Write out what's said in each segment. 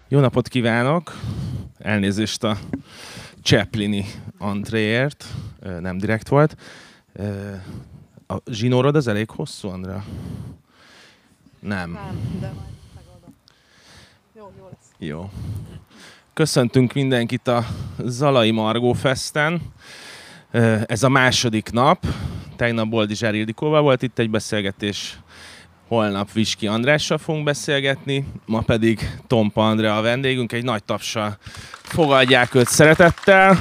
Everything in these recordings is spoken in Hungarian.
Jó napot kívánok! Elnézést a Chaplini antréért, nem direkt volt. A zsinórod az elég hosszú, Andrea? Nem. Nem, de majd megoldom. Jó lesz. Jó. Köszöntünk mindenkit a Zalai Margó Festen. Ez a második nap. Tegnap Boldizsár Ildikóval volt itt egy beszélgetés. Holnap Viski Andrással fogunk beszélgetni, ma pedig Tompa Andrea a vendégünk. Egy nagy tapssal fogadják őt szeretettel.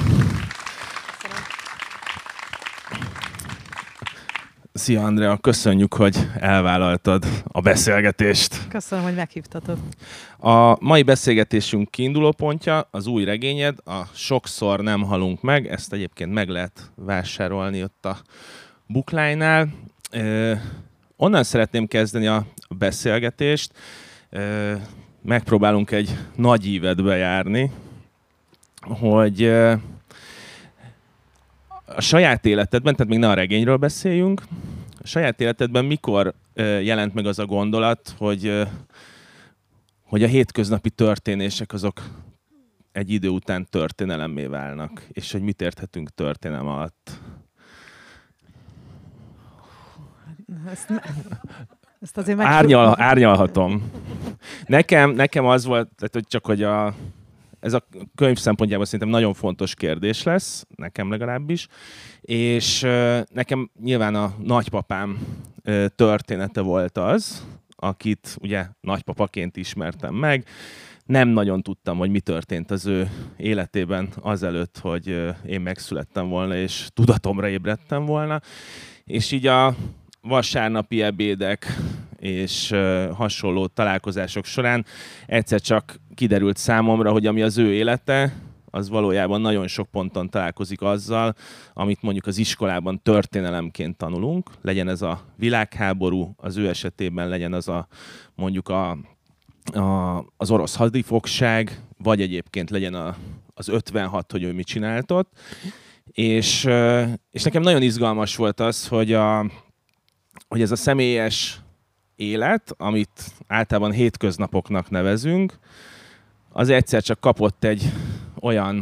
Szia Andrea, köszönjük, hogy elvállaltad a beszélgetést. Köszönöm, hogy meghívtatok. A mai beszélgetésünk kiindulópontja az új regényed, a Sokszor nem halunk meg. Ezt egyébként meg lehet vásárolni ott a Bookline-nál. Onnan szeretném kezdeni a beszélgetést. Megpróbálunk egy nagy ívedbe járni, hogy a saját életedben, tehát még ne a regényről beszéljünk, a saját életedben mikor jelent meg az a gondolat, hogy a hétköznapi történések azok egy idő után történelemmé válnak, és hogy mit érthetünk történelem alatt? Ezt azért árnyalhatom. Nekem az volt, hogy csak hogy ez a könyv szempontjából szerintem nagyon fontos kérdés lesz, nekem legalábbis, és nekem nyilván a nagypapám története volt az, akit ugye nagypapaként ismertem meg. Nem nagyon tudtam, hogy mi történt az ő életében azelőtt, hogy én megszülettem volna, és tudatomra ébredtem volna. És így a vasárnapi ebédek és hasonló találkozások során egyszer csak kiderült számomra, hogy ami az ő élete, az valójában nagyon sok ponton találkozik azzal, amit mondjuk az iskolában történelemként tanulunk. Legyen ez a világháború, az ő esetében legyen az mondjuk az orosz hadifogság, vagy egyébként legyen az 56, hogy ő mit csinált ott. És nekem nagyon izgalmas volt az, hogy ez a személyes élet, amit általában hétköznapoknak nevezünk, az egyszer csak kapott egy olyan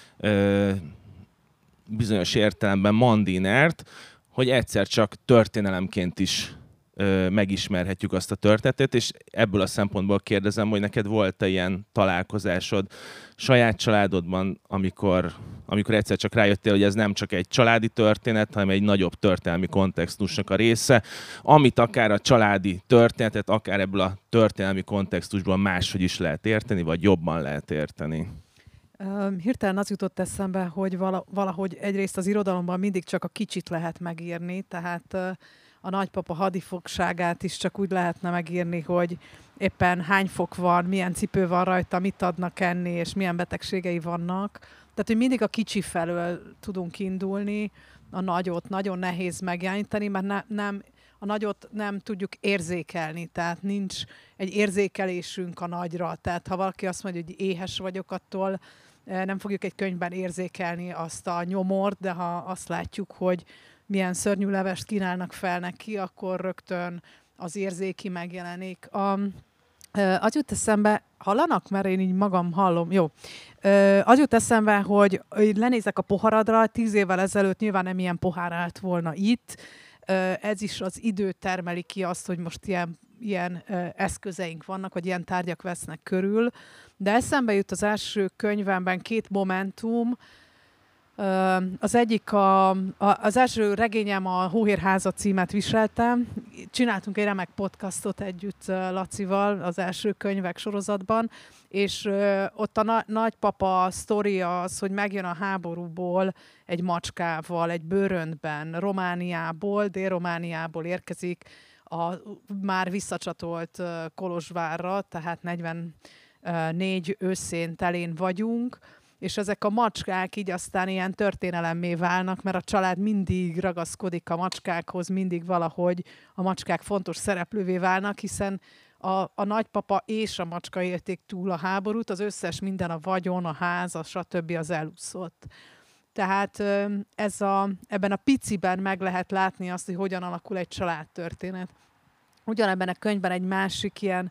bizonyos értelemben mandinert, hogy egyszer csak történelemként is megismerhetjük azt a történetet, és ebből a szempontból kérdezem, hogy neked volt-e ilyen találkozásod saját családodban, amikor egyszer csak rájöttél, hogy ez nem csak egy családi történet, hanem egy nagyobb történelmi kontextusnak a része, amit akár a családi történetet, akár ebből a történelmi kontextusból máshogy is lehet érteni, vagy jobban lehet érteni. Hirtelen az jutott eszembe, hogy valahogy egyrészt az irodalomban mindig csak a kicsit lehet megírni, tehát a nagypapa hadifogságát is csak úgy lehetne megírni, hogy éppen hány fok van, milyen cipő van rajta, mit adnak enni, és milyen betegségei vannak. Tehát, hogy mindig a kicsi felől tudunk indulni, a nagyot nagyon nehéz megjeleníteni, mert a nagyot nem tudjuk érzékelni, tehát nincs egy érzékelésünk a nagyra. Tehát ha valaki azt mondja, hogy éhes vagyok, attól nem fogjuk egy könyvben érzékelni azt a nyomort, de ha azt látjuk, hogy milyen szörnyű levest kínálnak fel neki, akkor rögtön az érzéki megjelenik. Az jut eszembe, hallanak? Mert én így magam hallom. Jó. Az jut eszembe, hogy lenézek a poharadra, 10 évvel ezelőtt nyilván nem ilyen pohár állt volna itt. Ez is az idő termeli ki azt, hogy most ilyen eszközeink vannak, vagy ilyen tárgyak vesznek körül. De eszembe jut az első könyvemben 2 momentum. Az egyik az első regényem a Hóhérháza címet viseltem. Csináltunk egy remek podcastot együtt Lacival az első könyvek sorozatban, és ott a nagypapa sztoria az, hogy megjön a háborúból egy macskával, egy bőröndben, Romániából, Dél-Romániából érkezik a már visszacsatolt Kolozsvárra, tehát 44 őszén telén vagyunk, és ezek a macskák így aztán ilyen történelemmé válnak, mert a család mindig ragaszkodik a macskákhoz, mindig valahogy a macskák fontos szereplővé válnak, hiszen a nagypapa és a macska élték túl a háborút, az összes minden, a vagyon, a ház, stb. Az elúszott. Tehát ebben a piciben meg lehet látni azt, hogy hogyan alakul egy családtörténet. Ugyanebben a könyvben egy másik ilyen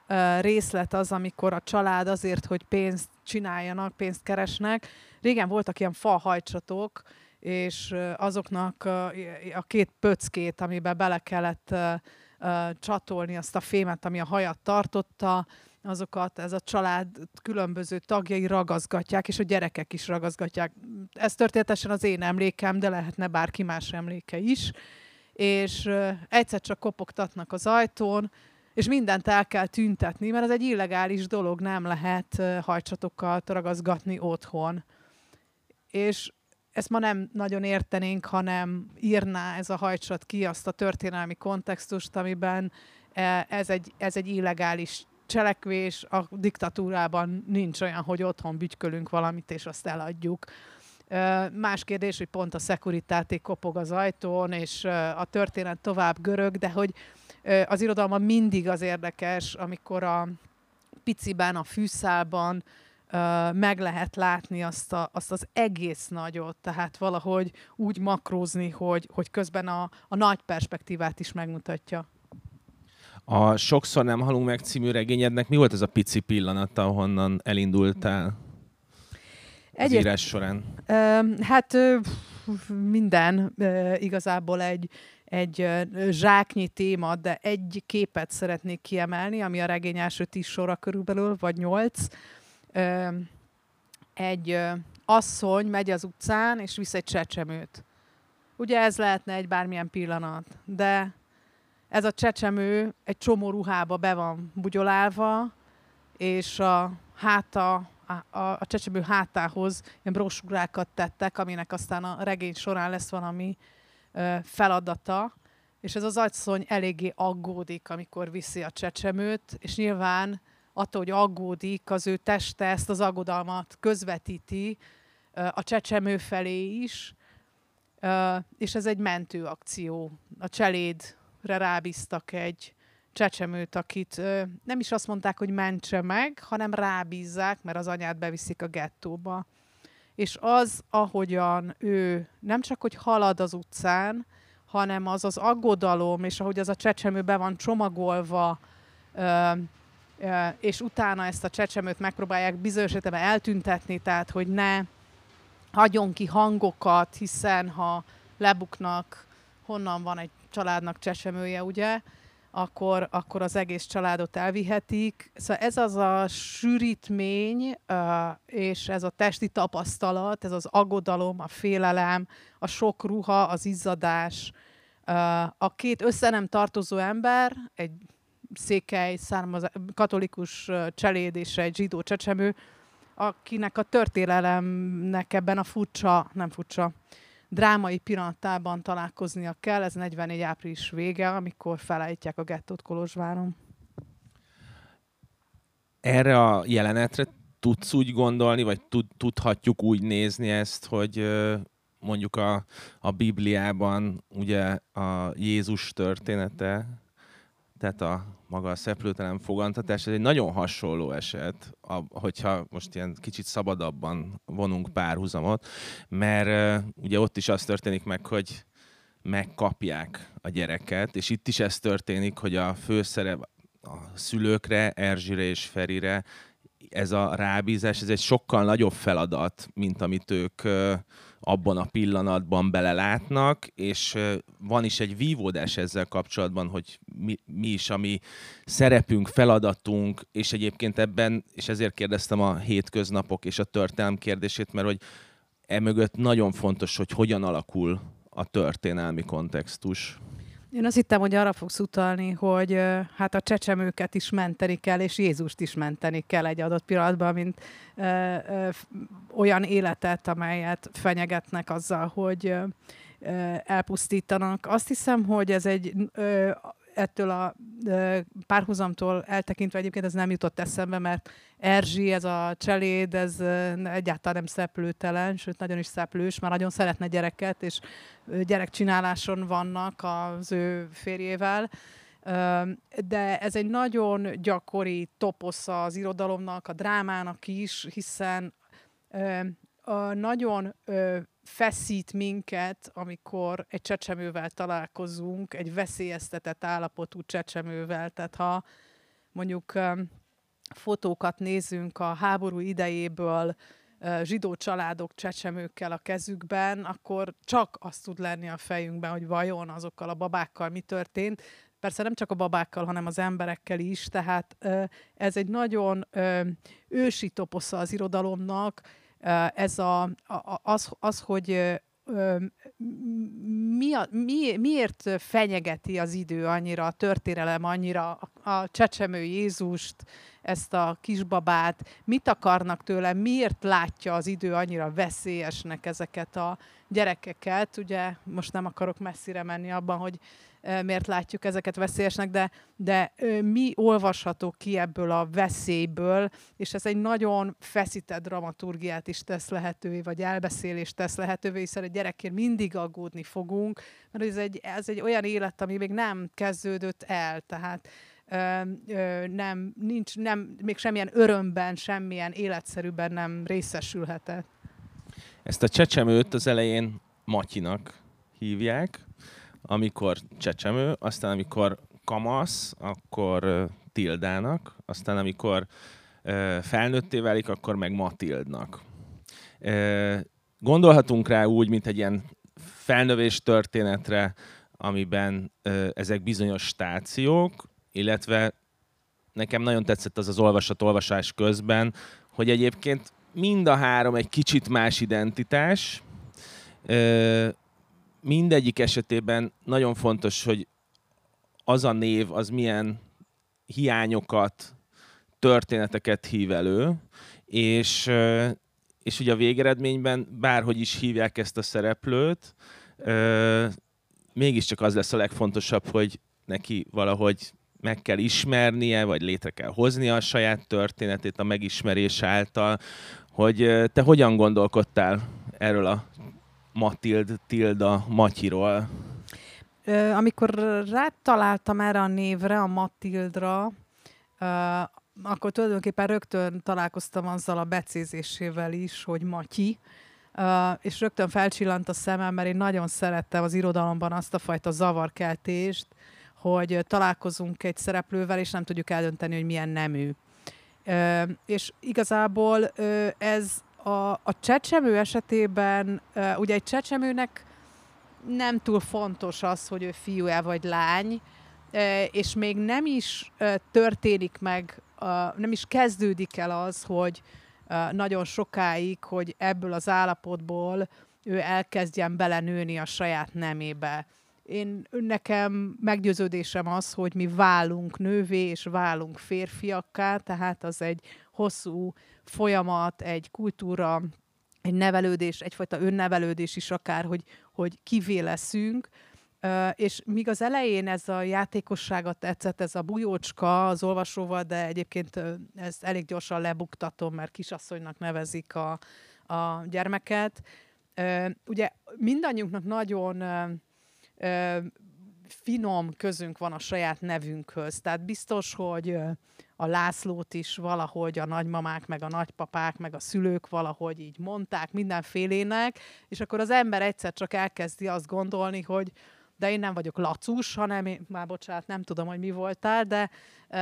részlet az, amikor a család azért, hogy pénzt csináljanak, pénzt keresnek. Régen voltak ilyen falhajcsatok, és azoknak a két pöckét, amiben bele kellett csatolni azt a fémet, ami a hajat tartotta, azokat ez a család különböző tagjai ragaszgatják, és a gyerekek is ragaszgatják. Ez történetesen az én emlékem, de lehetne bárki más emléke is. És egyszer csak kopogtatnak az ajtón, és mindent el kell tüntetni, mert ez egy illegális dolog, nem lehet hajcsatokat ragaszgatni otthon. És ezt ma nem nagyon értenénk, hanem írná ez a hajcsat ki azt a történelmi kontextust, amiben ez egy illegális cselekvés, a diktatúrában nincs olyan, hogy otthon bütykölünk valamit, és azt eladjuk. Más kérdés, hogy pont a Securitate kopog az ajtón, és a történet tovább görög, de hogy az irodalomban mindig az érdekes, amikor a piciben, a fűszálban meg lehet látni azt az egész nagyot, tehát valahogy úgy makrózni, hogy közben a nagy perspektívát is megmutatja. A Sokszor nem halunk meg című regényednek mi volt ez a pici pillanat, ahonnan elindultál az írás során? Hát minden igazából egy zsáknyi téma, de egy képet szeretnék kiemelni, ami a regény első 10 sora körülbelül, vagy 8. Egy asszony megy az utcán, és visz egy csecsemőt. Ugye ez lehetne egy bármilyen pillanat, de ez a csecsemő egy csomó ruhába be van bugyolálva, és a csecsemő hátához ilyen brosúrákat tettek, aminek aztán a regény során lesz valami feladata, és ez az asszony eléggé aggódik, amikor viszi a csecsemőt, és nyilván attól, hogy aggódik, az ő teste ezt az aggodalmat közvetíti a csecsemő felé is, és ez egy mentőakció. A cselédre rábíztak egy csecsemőt, akit nem is azt mondták, hogy mentse meg, hanem rábízzák, mert az anyát beviszik a gettóba. És az, ahogyan ő nem csak, hogy halad az utcán, hanem az az aggodalom, és ahogy az a csecsemő be van csomagolva, és utána ezt a csecsemőt megpróbálják bizonyos esetben eltüntetni, tehát hogy ne hagyjon ki hangokat, hiszen ha lebuknak, honnan van egy családnak csecsemője, ugye, akkor az egész családot elvihetik. Szóval ez az a sűrítmény, és ez a testi tapasztalat, ez az aggodalom, a félelem, a sok ruha, az izzadás. A két össze nem tartozó ember, egy székely, katolikus cseléd és egy zsidó csecsemő, akinek a történelemnek ebben a nem furcsa, drámai pillanatában találkoznia kell. Ez 44 április vége, amikor felállítják a gettót Kolozsváron. Erre a jelenetre tudsz úgy gondolni, vagy tudhatjuk úgy nézni ezt, hogy mondjuk a Bibliában ugye a Jézus története, tehát maga a szeplőtelen fogantatás, ez egy nagyon hasonló eset, hogyha most ilyen kicsit szabadabban vonunk párhuzamot, mert ugye ott is az történik meg, hogy megkapják a gyereket, és itt is ez történik, hogy a főszerep a szülőkre, Erzsire és Ferire, ez a rábízás, ez egy sokkal nagyobb feladat, mint amit ők abban a pillanatban belelátnak, és van is egy vívódás ezzel kapcsolatban, hogy mi is a mi szerepünk, feladatunk, és egyébként ebben, és ezért kérdeztem a hétköznapok és a történelem kérdését, mert hogy emögött nagyon fontos, hogy hogyan alakul a történelmi kontextus. Én azt hittem, hogy arra fogsz utalni, hogy hát a csecsemőket is menteni kell, és Jézust is menteni kell egy adott pillanatban, mint olyan életet, amelyet fenyegetnek azzal, hogy elpusztítanak. Azt hiszem, hogy ez ettől a párhuzamtól eltekintve egyébként ez nem jutott eszembe, mert Erzsi, ez a cseléd, ez egyáltalán nem szeplőtelen, sőt nagyon is szeplős, már nagyon szeretne gyereket, és gyerekcsináláson vannak az ő férjével. De ez egy nagyon gyakori toposza az irodalomnak, a drámának is, hiszen nagyon feszít minket, amikor egy csecsemővel találkozunk, egy veszélyeztetett állapotú csecsemővel. Tehát mondjuk fotókat nézünk a háború idejéből, zsidó családok csecsemőkkel a kezükben, akkor csak azt tud lenni a fejünkben, hogy vajon azokkal a babákkal mi történt. Persze nem csak a babákkal, hanem az emberekkel is, tehát ez egy nagyon ősi toposza az irodalomnak, ez az, hogy miért fenyegeti az idő annyira, a történelem annyira a csecsemő Jézust, ezt a kisbabát, mit akarnak tőle, miért látja az idő annyira veszélyesnek ezeket a gyerekeket. Ugye most nem akarok messzire menni abban, hogy miért látjuk ezeket veszélyesnek, de mi olvasható ki ebből a veszélyből, és ez egy nagyon feszített dramaturgiát is tesz lehetővé, vagy elbeszélést tesz lehetővé, hiszen a gyerekért mindig aggódni fogunk, mert ez egy olyan élet, ami még nem kezdődött el, tehát még semmilyen örömben, semmilyen életszerűben nem részesülhetett. Ezt a csecsemőt az elején Matyinak hívják, amikor csecsemő, aztán amikor kamasz, akkor Tildának, aztán amikor felnőtté válik, akkor meg Matildnak. Gondolhatunk rá úgy, mint egy ilyen felnövés történetre, amiben ezek bizonyos stációk, illetve nekem nagyon tetszett az olvasás közben, hogy egyébként mind a három egy kicsit más identitás. Mindegyik esetében nagyon fontos, hogy az a név, az milyen hiányokat, történeteket hív elő, és ugye a végeredményben bárhogy is hívják ezt a szereplőt, mégiscsak az lesz a legfontosabb, hogy neki valahogy meg kell ismernie, vagy létre kell hoznia a saját történetét a megismerés által, hogy te hogyan gondolkodtál erről a Tilda Matyiról? Amikor rátaláltam erre a névre, a Matildra, akkor tulajdonképpen rögtön találkoztam azzal a becézésével is, hogy Matyi, és rögtön felcsillant a szemem, mert én nagyon szerettem az irodalomban azt a fajta zavarkeltést, hogy találkozunk egy szereplővel, és nem tudjuk eldönteni, hogy milyen nemű. És igazából ez a csecsemő esetében, ugye egy csecsemőnek nem túl fontos az, hogy ő fiú-e vagy lány, és még nem is történik meg, nem is kezdődik el az, hogy nagyon sokáig, hogy ebből az állapotból ő elkezdjen belenőni a saját nemébe. Nekem meggyőződésem az, hogy mi válunk nővé, és válunk férfiakká, tehát az egy hosszú folyamat, egy kultúra, egy nevelődés, egyfajta önnevelődés is akár, hogy kivé leszünk. És míg az elején ez a játékossága tetszett, ez a bujócska az olvasóval, de egyébként ezt elég gyorsan lebuktatom, mert kisasszonynak nevezik a gyermeket. Ugye mindannyiunknak nagyon finom közünk van a saját nevünkhöz. Tehát biztos, hogy a Lászlót is valahogy a nagymamák, meg a nagypapák, meg a szülők valahogy így mondták mindenfélének, és akkor az ember egyszer csak elkezdi azt gondolni, hogy de én nem vagyok Lacus, hanem már bocsánat, nem tudom, hogy mi voltál, de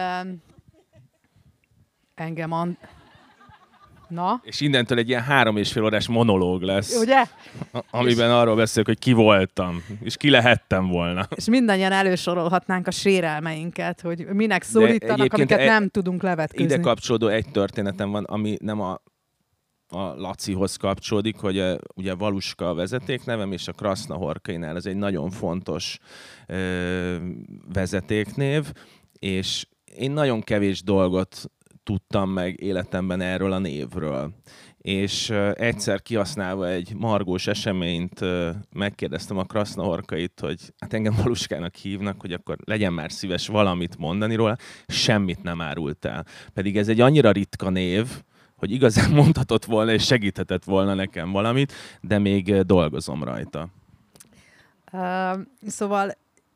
engem Na? És innentől egy ilyen 3,5 órás monológ lesz. Ugye? Amiben arról beszélek, hogy ki voltam, és ki lehettem volna. És mindannyian elősorolhatnánk a sérelmeinket, hogy minek szólítanak, amiket nem tudunk levetkőzni. Ide kapcsolódó egy történetem van, ami nem a Lacihoz kapcsolódik, hogy ugye Valuska a vezetéknevem, és a Krasznahorkainál ez egy nagyon fontos vezetéknév, és én nagyon kevés dolgot tudtam meg életemben erről a névről. És egyszer kihasználva egy margós eseményt megkérdeztem a Krasznahorkait, hogy hát engem Valuskának hívnak, hogy akkor legyen már szíves valamit mondani róla, semmit nem árult el. Pedig ez egy annyira ritka név, hogy igazán mondhatott volna és segíthetett volna nekem valamit, de még dolgozom rajta. Szóval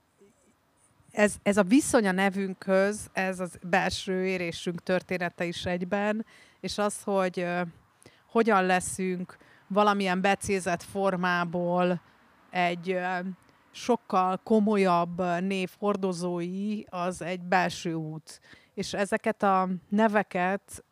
ez a viszony a nevünkhöz, ez az belső érésünk története is egyben, és az, hogy hogyan leszünk valamilyen becézett formából egy sokkal komolyabb név hordozói, az egy belső út. és ezeket a neveket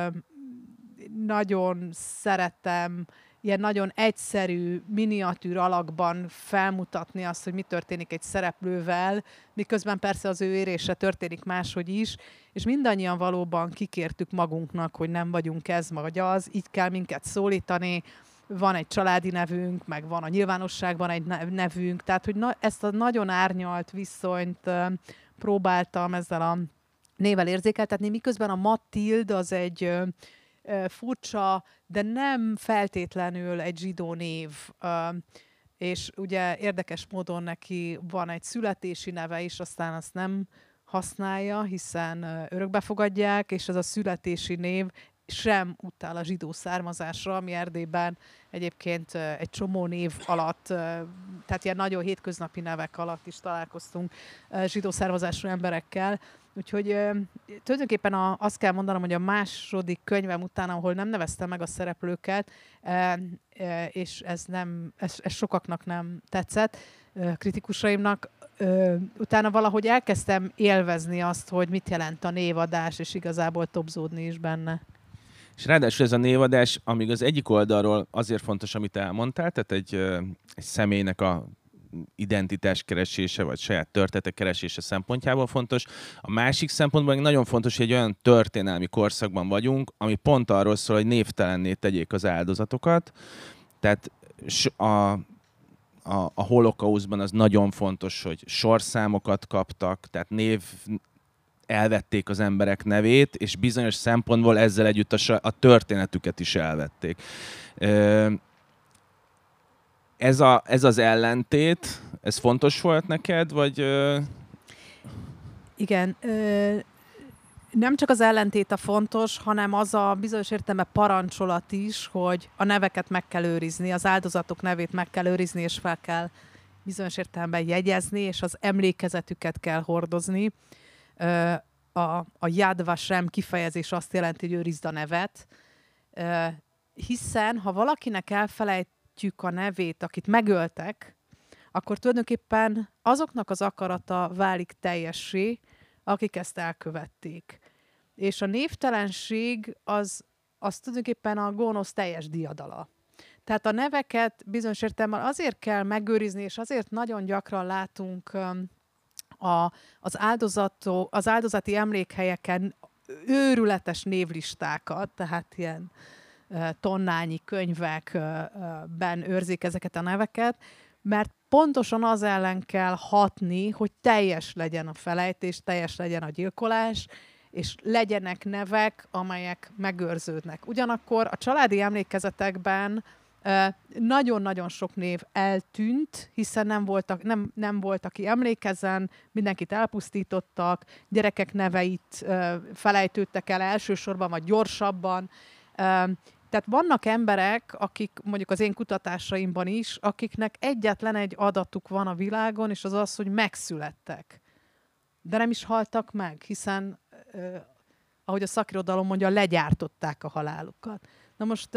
nagyon szeretem ilyen nagyon egyszerű, miniatűr alakban felmutatni azt, hogy mi történik egy szereplővel, miközben persze az ő érése történik máshogy is, és mindannyian valóban kikértük magunknak, hogy nem vagyunk ez vagy az, így kell minket szólítani, van egy családi nevünk, meg van a nyilvánosságban egy nevünk, tehát hogy ezt a nagyon árnyalt viszonyt próbáltam ezzel a névvel érzékeltetni, miközben a Matild az egy furcsa, de nem feltétlenül egy zsidó név. És ugye érdekes módon neki van egy születési neve is, aztán azt nem használja, hiszen örökbe fogadják, és ez a születési név sem utal a zsidó származásra, ami Erdélyben egyébként egy csomó név alatt, tehát ilyen nagyon hétköznapi nevek alatt is találkoztunk zsidó származású emberekkel. Úgyhogy tulajdonképpen azt kell mondanom, hogy a második könyvem után, ahol nem neveztem meg a szereplőket, és ez sokaknak nem tetszett, kritikusaimnak, utána valahogy elkezdtem élvezni azt, hogy mit jelent a névadás, és igazából tobzódni is benne. És ráadásul ez a névadás, amíg az egyik oldalról azért fontos, amit elmondtál, tehát egy személynek a identitás keresése, vagy saját történetek keresése szempontjából fontos. A másik szempontból nagyon fontos, hogy egy olyan történelmi korszakban vagyunk, ami pont arról szól, hogy névtelenné tegyék az áldozatokat. Tehát a holokauszban az nagyon fontos, hogy sorszámokat kaptak, tehát elvették az emberek nevét, és bizonyos szempontból ezzel együtt a történetüket is elvették. Ez az ellentét, ez fontos volt neked, vagy... Igen. Nem csak az ellentét a fontos, hanem az a bizonyos értelemben parancsolat is, hogy a neveket meg kell őrizni, az áldozatok nevét meg kell őrizni, és fel kell bizonyos értelemben jegyezni, és az emlékezetüket kell hordozni. A Yad Vashem kifejezés azt jelenti, hogy őrizd a nevet, hiszen ha valakinek elfelejtjük a nevét, akit megöltek, akkor tulajdonképpen azoknak az akarata válik teljessé, akik ezt elkövették. És a névtelenség az tulajdonképpen a gonosz teljes diadala. Tehát a neveket bizonyos értelemben azért kell megőrizni, és azért nagyon gyakran látunk az áldozati emlékhelyeken őrületes névlistákat, tehát ilyen tonnányi könyvekben őrzik ezeket a neveket, mert pontosan az ellen kell hatni, hogy teljes legyen a felejtés, teljes legyen a gyilkolás, és legyenek nevek, amelyek megőrződnek. Ugyanakkor a családi emlékezetekben nagyon-nagyon sok név eltűnt, hiszen nem volt, aki emlékezzen, mindenkit elpusztítottak, gyerekek neveit felejtődtek el elsősorban, vagy gyorsabban. Tehát vannak emberek, akik mondjuk az én kutatásaimban is, akiknek egyetlen egy adatuk van a világon, és az az, hogy megszülettek. De nem is haltak meg, hiszen, ahogy a szakirodalom mondja, legyártották a halálukat. Na most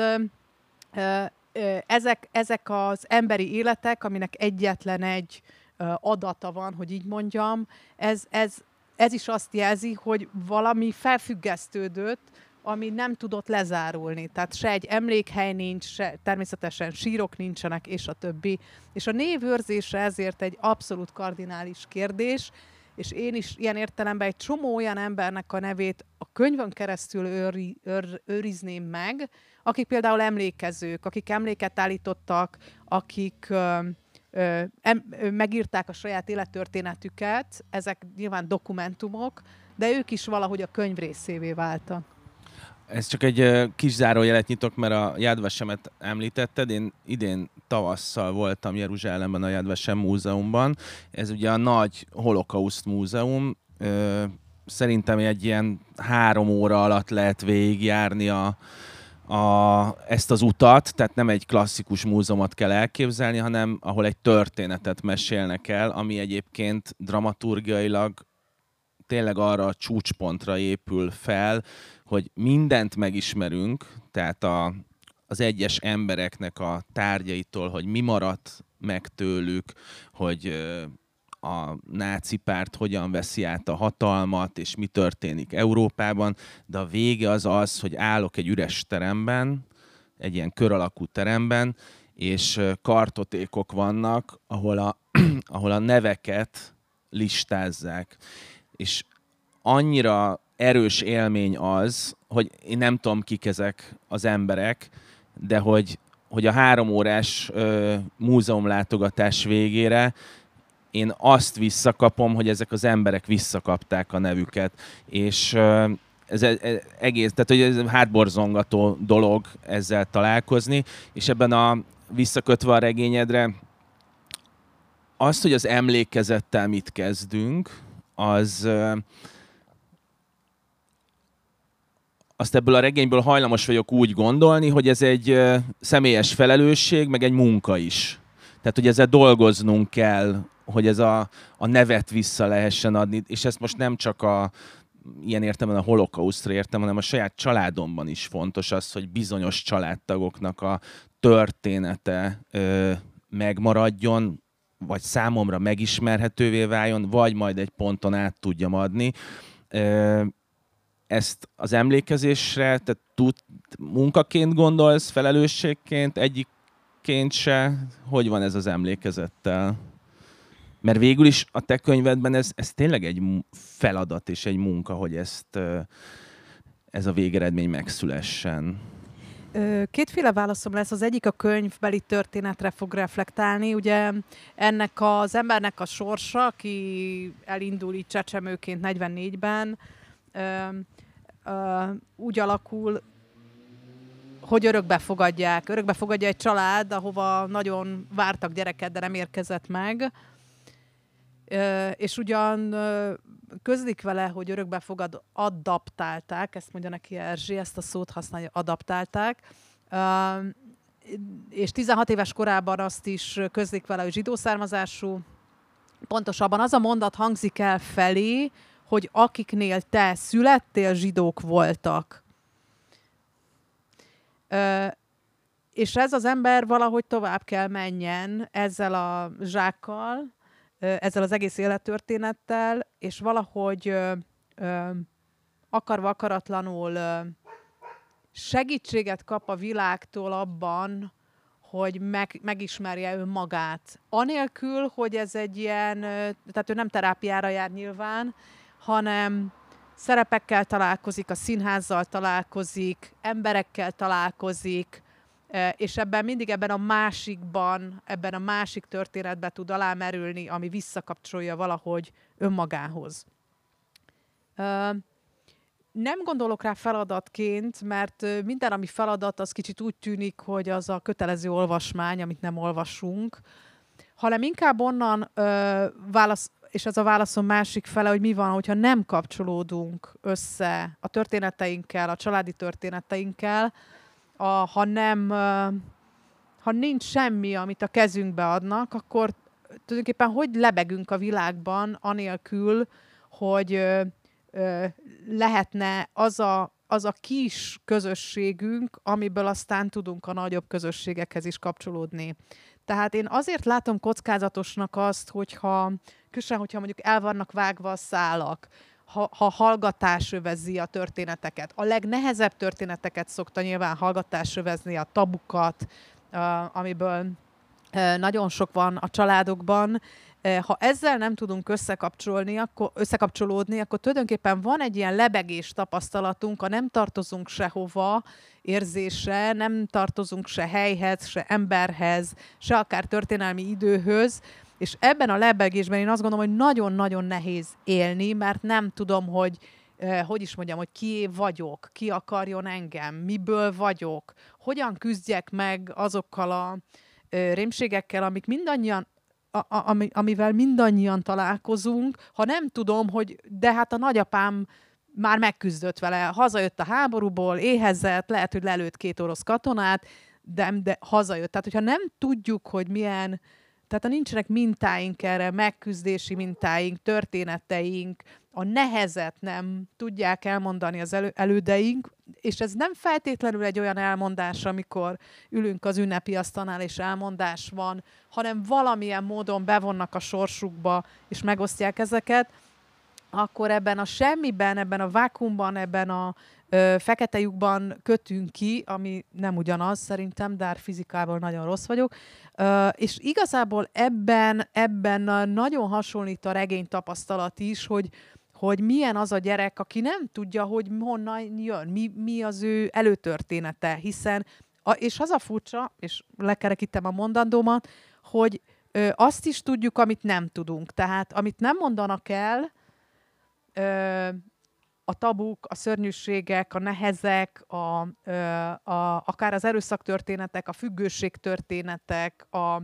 ezek az emberi életek, aminek egyetlen egy adata van, hogy így mondjam, ez is azt jelzi, hogy valami felfüggesztődött, ami nem tudott lezárulni. Tehát se egy emlékhely nincs, se természetesen sírok nincsenek, és a többi. És a névőrzése ezért egy abszolút kardinális kérdés, és én is ilyen értelemben egy csomó olyan embernek a nevét a könyvön keresztül őrizném meg, akik például emlékezők, akik emléket állítottak, akik megírták a saját élettörténetüket, ezek nyilván dokumentumok, de ők is valahogy a könyv részévé váltak. Ez csak egy kis zárójelet nyitok, mert a Yad Vashemet említetted. Én idén tavasszal voltam Jeruzsálemben a Yad Vashem múzeumban. Ez ugye a nagy holokauszt múzeum. Szerintem egy ilyen 3 óra alatt lehet végigjárni ezt az utat, tehát nem egy klasszikus múzeumot kell elképzelni, hanem ahol egy történetet mesélnek el, ami egyébként dramaturgiailag tényleg arra a csúcspontra épül fel, hogy mindent megismerünk, tehát az egyes embereknek a tárgyaitól, hogy mi maradt meg tőlük, hogy a náci párt hogyan veszi át a hatalmat, és mi történik Európában, de a vége az, hogy állok egy üres teremben, egy ilyen kör alakú teremben, és kartotékok vannak, ahol a neveket listázzák. És annyira erős élmény az, hogy én nem tudom, kik ezek az emberek, de hogy a 3 órás múzeumlátogatás végére én azt visszakapom, hogy ezek az emberek visszakapták a nevüket. És ez egész, tehát hogy ez hátborzongató dolog ezzel találkozni, és ebben visszakötve a regényedre, azt, hogy az emlékezettel mit kezdünk, azt ebből a regényből hajlamos vagyok úgy gondolni, hogy ez egy személyes felelősség, meg egy munka is. Tehát, hogy ezzel dolgoznunk kell, hogy ez a nevet vissza lehessen adni, és ezt most nem csak ilyen értelemben a holokausztra értem, hanem a saját családomban is fontos az, hogy bizonyos családtagoknak a története megmaradjon, vagy számomra megismerhetővé váljon, vagy majd egy ponton át tudjam adni. Ezt az emlékezésre, tehát munkaként gondolsz, felelősségként, egyikként se? Hogy van ez az emlékezettel? Mert végül is a te könyvedben ez tényleg egy feladat és egy munka, hogy ez a végeredmény megszülessen. Kétféle válaszom lesz. Az egyik a könyvbeli történetre fog reflektálni. Ugye ennek az embernek a sorsa, aki elindul így csecsemőként 44-ben, úgy alakul, hogy örökbe fogadja egy család, ahova nagyon vártak gyereket, de nem érkezett meg. És ugyan közlik vele, hogy örökbe fogad, adaptálták, ezt mondja neki Erzsi, ezt a szót használja, adaptálták. És 16 éves korában azt is közlik vele, hogy zsidó származású. Pontosabban az a mondat hangzik el felé, hogy akiknél te születtél, zsidók voltak. És ez az ember valahogy tovább kell menjen ezzel a zsákkal, ezzel az egész élettörténettel, és valahogy akarva akaratlanul segítséget kap a világtól abban, hogy megismerje önmagát. Anélkül, hogy ez egy ilyen, tehát ő nem terápiára jár nyilván, hanem szerepekkel találkozik, a színházzal találkozik, emberekkel találkozik, és ebben a másikban, ebben a másik történetben tud alámerülni, ami visszakapcsolja valahogy önmagához. Nem gondolok rá feladatként, mert minden, ami feladat, az kicsit úgy tűnik, hogy az a kötelező olvasmány, amit nem olvasunk, hanem inkább onnan és ez a válaszom másik fele, hogy mi van, hogyha nem kapcsolódunk össze a történeteinkkel, a családi történeteinkkel, ha nincs semmi, amit a kezünkbe adnak, akkor tulajdonképpen hogy lebegünk a világban, anélkül, hogy lehetne az a kis közösségünk, amiből aztán tudunk a nagyobb közösségekhez is kapcsolódni. Tehát én azért látom kockázatosnak azt, hogyha mondjuk el vannak vágva a szálak, ha hallgatás övezi a történeteket. A legnehezebb történeteket szokta nyilván hallgatás övezni, a tabukat, amiből nagyon sok van a családokban. Ha ezzel nem tudunk összekapcsolódni, akkor tulajdonképpen van egy ilyen lebegés tapasztalatunk, a nem tartozunk sehova érzése, nem tartozunk se helyhez, se emberhez, se akár történelmi időhöz, és ebben a lebegésben én azt gondolom, hogy nagyon-nagyon nehéz élni, mert nem tudom, hogy kié vagyok, ki akarjon engem, miből vagyok, hogyan küzdjek meg azokkal a rémségekkel, amik amivel mindannyian találkozunk, ha nem tudom, hogy de hát a nagyapám már megküzdött vele, hazajött a háborúból, éhezett, lehet, hogy lelőtt 2 orosz katonát, de hazajött. Tehát, hogyha nem tudjuk, hogy milyen, tehát ha nincsenek mintáink erre, megküzdési mintáink, történeteink, a nehezet nem tudják elmondani az elődeink, és ez nem feltétlenül egy olyan elmondás, amikor ülünk az ünnepi asztalnál, és elmondás van, hanem valamilyen módon bevonnak a sorsukba, és megosztják ezeket, akkor ebben a semmiben, ebben a vákuumban, ebben a fekete lyukban kötünk ki, ami nem ugyanaz szerintem, de fizikával nagyon rossz vagyok. És igazából ebben nagyon hasonlít a regény tapasztalat is, hogy milyen az a gyerek, aki nem tudja, hogy honnan jön, mi az ő előtörténete, hiszen, és az a furcsa, és lekerekítem a mondandómat, hogy azt is tudjuk, amit nem tudunk. Tehát, amit nem mondanak el, a tabuk, a szörnyűségek, a nehezek, akár az erőszaktörténetek, a függőségtörténetek,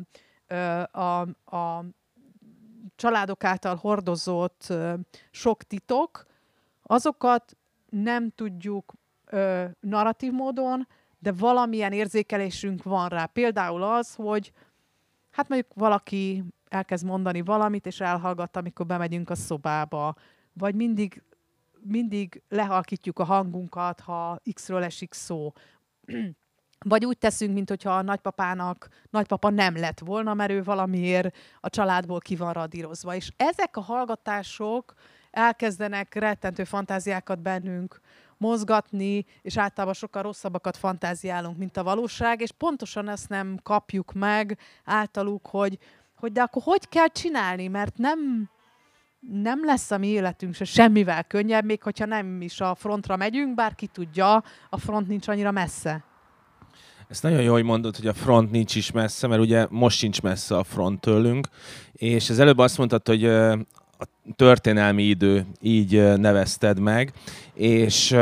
a családok által hordozott sok titok, azokat nem tudjuk narratív módon, de valamilyen érzékelésünk van rá. Például az, hogy hát mondjuk valaki elkezd mondani valamit, és elhallgat, amikor bemegyünk a szobába, vagy mindig lehalkítjuk a hangunkat, ha X-ről esik szó. Vagy úgy teszünk, mintha a nagypapa nem lett volna, mert ő valamiért a családból ki van radírozva. És ezek a hallgatások elkezdenek rettentő fantáziákat bennünk mozgatni, és általában sokkal rosszabbakat fantáziálunk, mint a valóság, és pontosan ezt nem kapjuk meg általuk, hogy de akkor hogy kell csinálni, mert nem lesz a mi életünk se semmivel könnyebb, még hogyha nem is a frontra megyünk, bár ki tudja, a front nincs annyira messze. Ezt nagyon jó, hogy mondod, hogy a front nincs is messze, mert ugye most sincs messze a front tőlünk, és az előbb azt mondtad, hogy a történelmi idő, így nevezted meg, és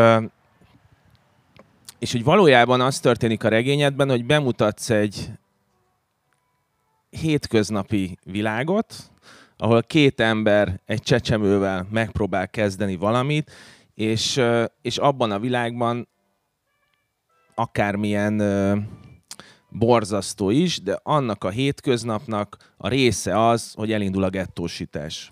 hogy valójában az történik a regényedben, hogy bemutatsz egy hétköznapi világot, ahol két ember egy csecsemővel megpróbál kezdeni valamit, és abban a világban akármilyen borzasztó is, de annak a hétköznapnak a része az, hogy elindul a gettósítás.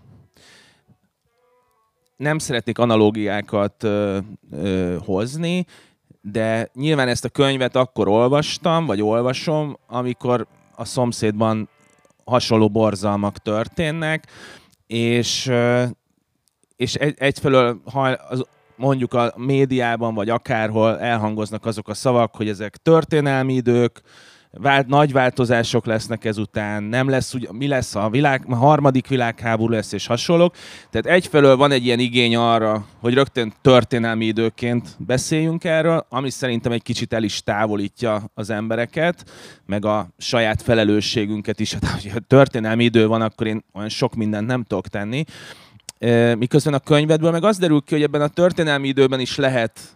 Nem szeretnék analógiákat hozni, de nyilván ezt a könyvet akkor olvastam, vagy olvasom, amikor a szomszédban hasonló borzalmak történnek, és egyfelől mondjuk a médiában, vagy akárhol elhangoznak azok a szavak, hogy ezek történelmi idők, nagy változások lesznek ezután, nem lesz, mi lesz a harmadik világháború lesz, és hasonlók. Tehát egyfelől van egy ilyen igény arra, hogy rögtön történelmi időként beszéljünk erről, ami szerintem egy kicsit el is távolítja az embereket, meg a saját felelősségünket is. Hát, ha történelmi idő van, akkor én olyan sok mindent nem tudok tenni. Miközben a könyvedből meg az derül ki, hogy ebben a történelmi időben is lehet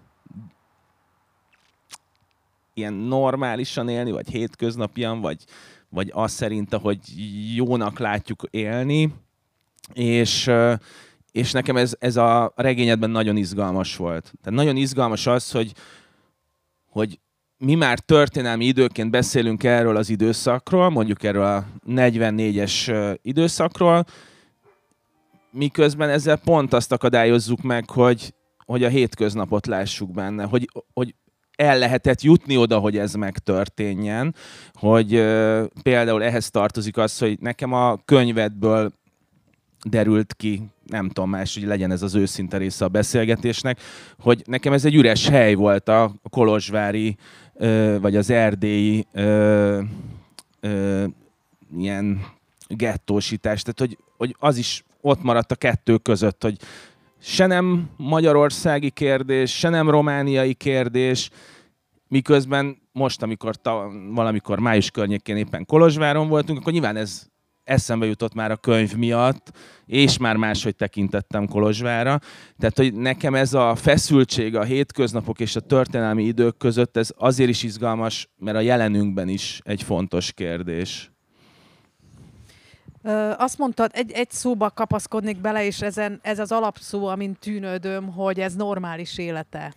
ilyen normálisan élni, vagy hétköznapian, vagy az szerint, ahogy jónak látjuk élni. És nekem ez a regényedben nagyon izgalmas volt. Tehát nagyon izgalmas az, hogy mi már történelmi időként beszélünk erről az időszakról, mondjuk erről a 44-es időszakról, miközben ezzel pont azt akadályozzuk meg, hogy a hétköznapot lássuk benne, hogy el lehetett jutni oda, hogy ez megtörténjen, hogy például ehhez tartozik az, hogy nekem a könyvedből derült ki, nem tudom más, hogy legyen ez az őszinte része a beszélgetésnek, hogy nekem ez egy üres hely volt a kolozsvári, vagy az erdélyi ilyen gettósítás, tehát hogy az is ott maradt a kettő között, hogy se nem magyarországi kérdés, se nem romániai kérdés, miközben most, amikor valamikor május környékén éppen Kolozsváron voltunk, akkor nyilván ez eszembe jutott már a könyv miatt, és már máshogy tekintettem Kolozsvárra. Tehát, hogy nekem ez a feszültség a hétköznapok és a történelmi idők között, ez azért is izgalmas, mert a jelenünkben is egy fontos kérdés. Azt mondtad, egy szóba kapaszkodnék bele, és ez az alapszó, amint tűnődöm, hogy ez normális élete.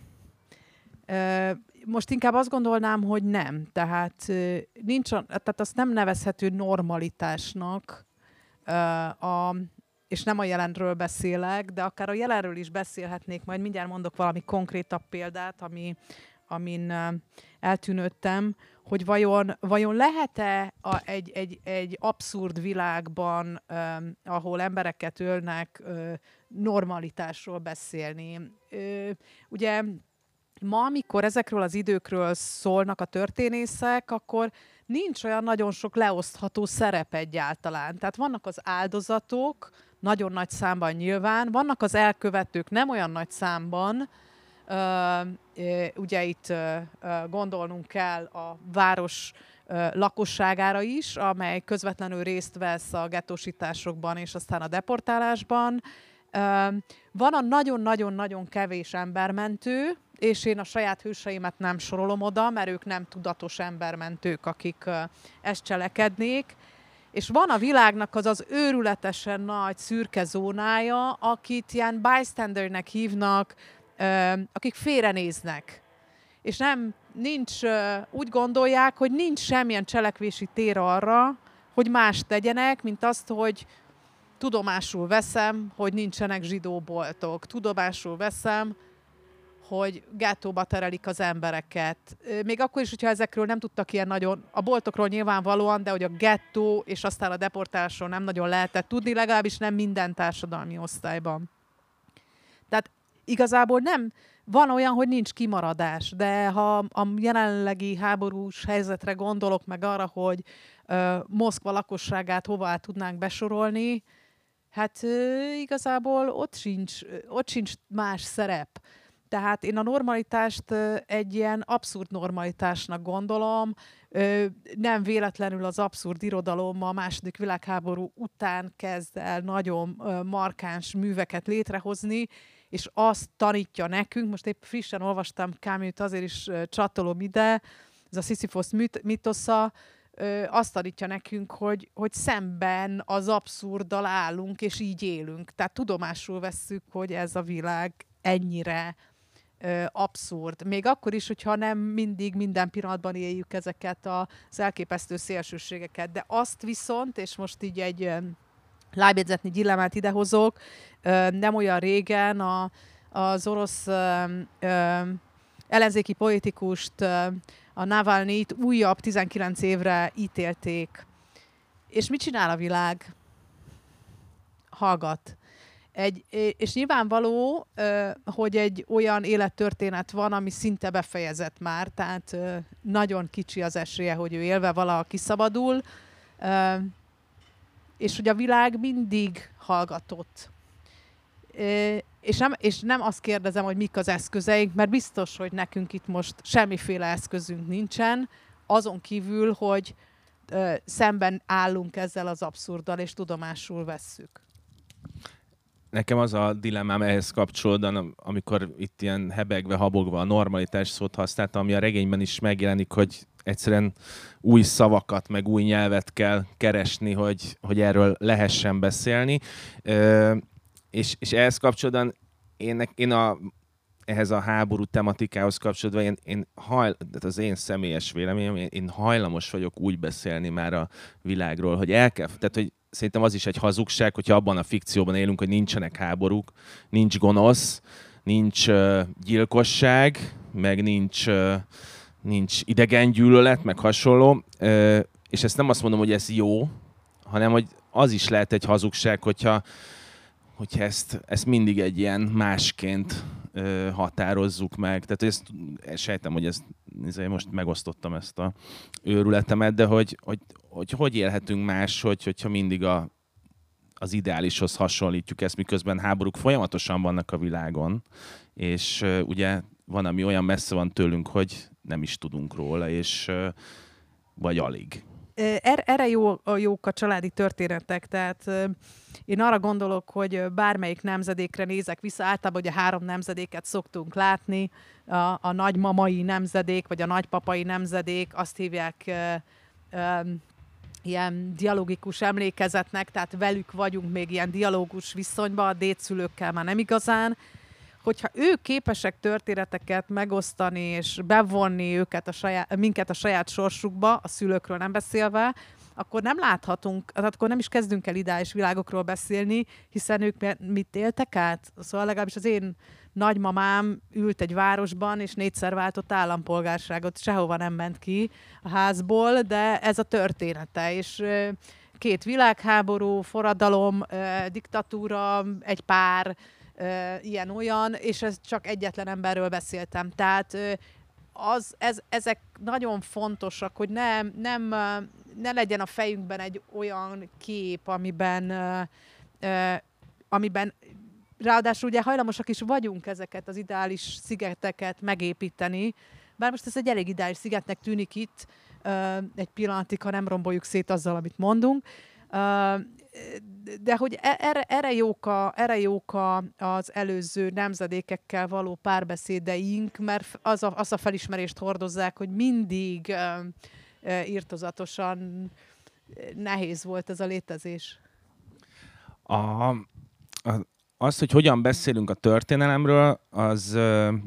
Most inkább azt gondolnám, hogy nem. Tehát azt nem nevezhető normalitásnak és nem a jelenről beszélek, de akár a jelenről is beszélhetnék, majd mindjárt mondok valami konkrétabb példát, amin eltűnődtem, hogy vajon lehet-e egy abszurd világban, ahol embereket ölnek, normalitásról beszélni. Ugye ma, amikor ezekről az időkről szólnak a történészek, akkor nincs olyan nagyon sok leosztható szerep egyáltalán. Tehát vannak az áldozatok, nagyon nagy számban nyilván, vannak az elkövetők nem olyan nagy számban, ugye itt gondolnunk kell a város lakosságára is, amely közvetlenül részt vesz a gettósításokban és aztán a deportálásban. Van a nagyon-nagyon-nagyon kevés embermentő, és én a saját hőseimet nem sorolom oda, mert ők nem tudatos embermentők, akik ezt cselekednék. És van a világnak az őrületesen nagy szürke zónája, akit ilyen bystandernek hívnak, akik félrenéznek. És úgy gondolják, hogy nincs semmilyen cselekvési tér arra, hogy más tegyenek, mint azt, hogy tudomásul veszem, hogy nincsenek zsidóboltok. Tudomásul veszem, hogy gettóba terelik az embereket. Még akkor is, hogyha ezekről nem tudtak ilyen nagyon, a boltokról nyilvánvalóan, de hogy a gettó és aztán a deportálásról nem nagyon lehetett tudni, legalábbis nem minden társadalmi osztályban. Tehát igazából van olyan, hogy nincs kimaradás, de ha a jelenlegi háborús helyzetre gondolok, meg arra, hogy Moszkva lakosságát hová tudnánk besorolni, hát igazából ott sincs más szerep. Tehát én a normalitást egy ilyen abszurd normalitásnak gondolom, nem véletlenül az abszurd irodalom a II. Világháború után kezd el nagyon markáns műveket létrehozni, és azt tanítja nekünk, most épp frissen olvastam Camus-t, azért is csatolom ide, ez a Sisyphos mitosza, azt tanítja nekünk, hogy szemben az abszurddal állunk, és így élünk. Tehát tudomásul vesszük, hogy ez a világ ennyire abszurd. Még akkor is, hogyha nem mindig minden pillanatban éljük ezeket az elképesztő szélsőségeket. De azt viszont, és most így egy lábjegyzetni dilemmát idehozok, nem olyan régen az orosz ellenzéki politikust, a Navalnyit újabb 19 évre ítélték. És mit csinál a világ? Hallgat. És nyilvánvaló, hogy egy olyan élettörténet van, ami szinte befejezett már, tehát nagyon kicsi az esélye, hogy ő élve valaha kiszabadul, és hogy a világ mindig hallgatott. És nem azt kérdezem, hogy mik az eszközeink, mert biztos, hogy nekünk itt most semmiféle eszközünk nincsen, azon kívül, hogy szemben állunk ezzel az abszurddal, és tudomásul vesszük. Nekem az a dilemmám ehhez kapcsolódóan, amikor itt ilyen hebegve, habogva a normalitás szót használtam, ami a regényben is megjelenik, hogy egyszerűen új szavakat, meg új nyelvet kell keresni, hogy erről lehessen beszélni. És ehhez kapcsolódóan ehhez a háború tematikához kapcsolódva az én személyes véleményem, én hajlamos vagyok úgy beszélni már a világról, hogy tehát, hogy szerintem az is egy hazugság, hogyha abban a fikcióban élünk, hogy nincsenek háborúk, nincs gonosz, nincs gyilkosság, meg nincs idegengyűlölet, meg hasonló. És ezt nem azt mondom, hogy ez jó, hanem hogy az is lehet egy hazugság, hogyha ezt mindig egy ilyen másként határozzuk meg. Tehát sejtem, hogy most megosztottam ezt a őrületemet, de hogy élhetünk máshogy, hogyha mindig az ideálishoz hasonlítjuk ezt, miközben háborúk folyamatosan vannak a világon, és ugye van, ami olyan messze van tőlünk, hogy nem is tudunk róla, és vagy alig. Erre jók a családi történetek, tehát én arra gondolok, hogy bármelyik nemzedékre nézek vissza, általában ugye 3 nemzedéket szoktunk látni, a nagymamai nemzedék, vagy a nagypapai nemzedék, azt hívják ilyen dialógikus emlékezetnek, tehát velük vagyunk még ilyen dialógus viszonyban, a dédszülőkkel már nem igazán. Hogyha ők képesek történeteket megosztani és bevonni minket a saját sorsukba, a szülőkről nem beszélve, akkor nem láthatunk, tehát akkor nem is kezdünk el ideális világokról beszélni, hiszen ők mit éltek át? Szóval legalábbis az én nagymamám ült egy városban, és 4-szer váltott állampolgárságot, sehova nem ment ki a házból, de ez a története, és 2 világháború, forradalom, diktatúra, egy pár, ilyen-olyan, és ez csak egyetlen emberről beszéltem. Tehát ezek nagyon fontosak, hogy ne legyen a fejünkben egy olyan kép, amiben ráadásul ugye hajlamosak is vagyunk ezeket az ideális szigeteket megépíteni, bár most ez egy elég ideális szigetnek tűnik itt, egy pillanatig, ha nem romboljuk szét azzal, amit mondunk, de hogy erre jók az előző nemzedékekkel való párbeszédeink, mert az a felismerést hordozzák, hogy mindig irtózatosan nehéz volt ez a létezés. Az, hogy hogyan beszélünk a történelemről, az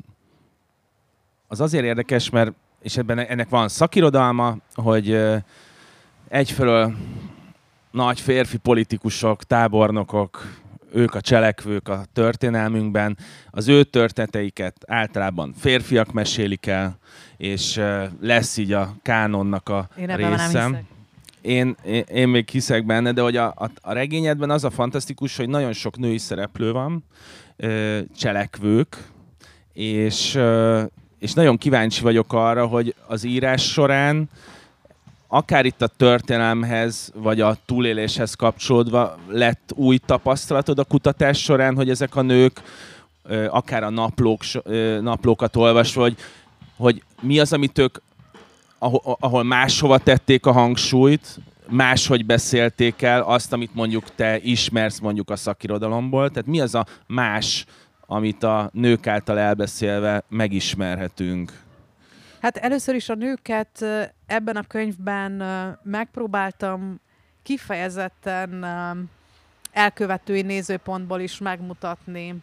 azért érdekes, mert és ennek van szakirodalma, hogy egyfelől nagy férfi politikusok, tábornokok, ők a cselekvők a történelmünkben, az ő történeteiket általában férfiak mesélik el, és lesz így a kánonnak a része. Én még hiszek benne, de hogy a regényedben az a fantasztikus, hogy nagyon sok női szereplő van, cselekvők, és nagyon kíváncsi vagyok arra, hogy az írás során akár itt a történelemhez, vagy a túléléshez kapcsolódva lett új tapasztalatod a kutatás során, hogy ezek a nők, akár a naplókat olvasva, hogy mi az, amit ők, ahol máshova tették a hangsúlyt, máshogy beszélték el azt, amit mondjuk te ismersz mondjuk a szakirodalomból. Tehát mi az a más, amit a nők által elbeszélve megismerhetünk? Hát először is a nőket ebben a könyvben megpróbáltam kifejezetten elkövetői nézőpontból is megmutatni.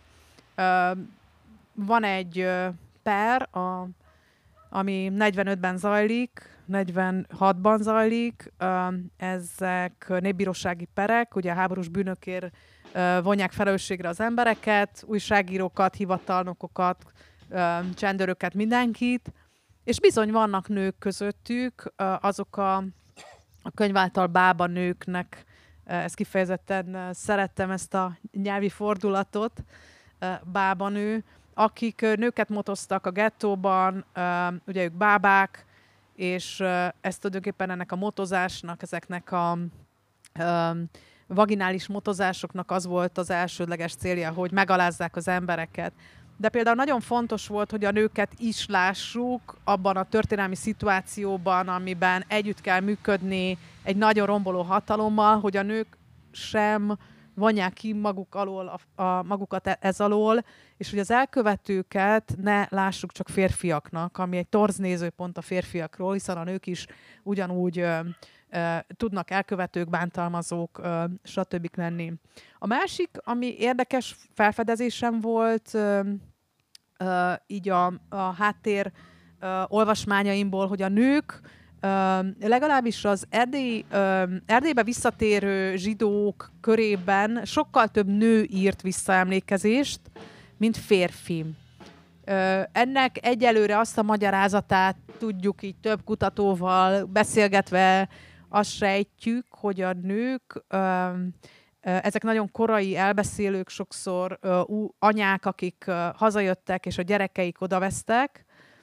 Van egy per, ami 45-ben zajlik, 46-ban zajlik. Ezek népbírósági perek, ugye a háborús bűnökért vonják felelősségre az embereket, újságírókat, hivatalnokokat, csendőröket, mindenkit. És bizony vannak nők közöttük, azok a könyv által bába nőknek, ezt kifejezetten szerettem, ezt a nyelvi fordulatot, bába nő, akik nőket motoztak a gettóban, ugye ők bábák, és ezt tulajdonképpen ennek a motozásnak, ezeknek a vaginális motozásoknak az volt az elsődleges célja, hogy megalázzák az embereket. De például nagyon fontos volt, hogy a nőket is lássuk abban a történelmi szituációban, amiben együtt kell működni egy nagyon romboló hatalommal, hogy a nők sem vonják ki maguk alól magukat ez alól, és hogy az elkövetőket ne lássuk csak férfiaknak, ami egy torz nézőpont a férfiakról, hiszen a nők is ugyanúgy tudnak elkövetők, bántalmazók, stb. Lenni. A másik, ami érdekes felfedezésem volt, így a háttér olvasmányaimból, hogy a nők, legalábbis az Erdélybe visszatérő zsidók körében sokkal több nő írt visszaemlékezést, mint férfi. Ennek egyelőre azt a magyarázatát tudjuk így több kutatóval beszélgetve, azt sejtjük, hogy a nők, ezek nagyon korai elbeszélők, sokszor anyák, akik hazajöttek, és a gyerekeik odavesztek,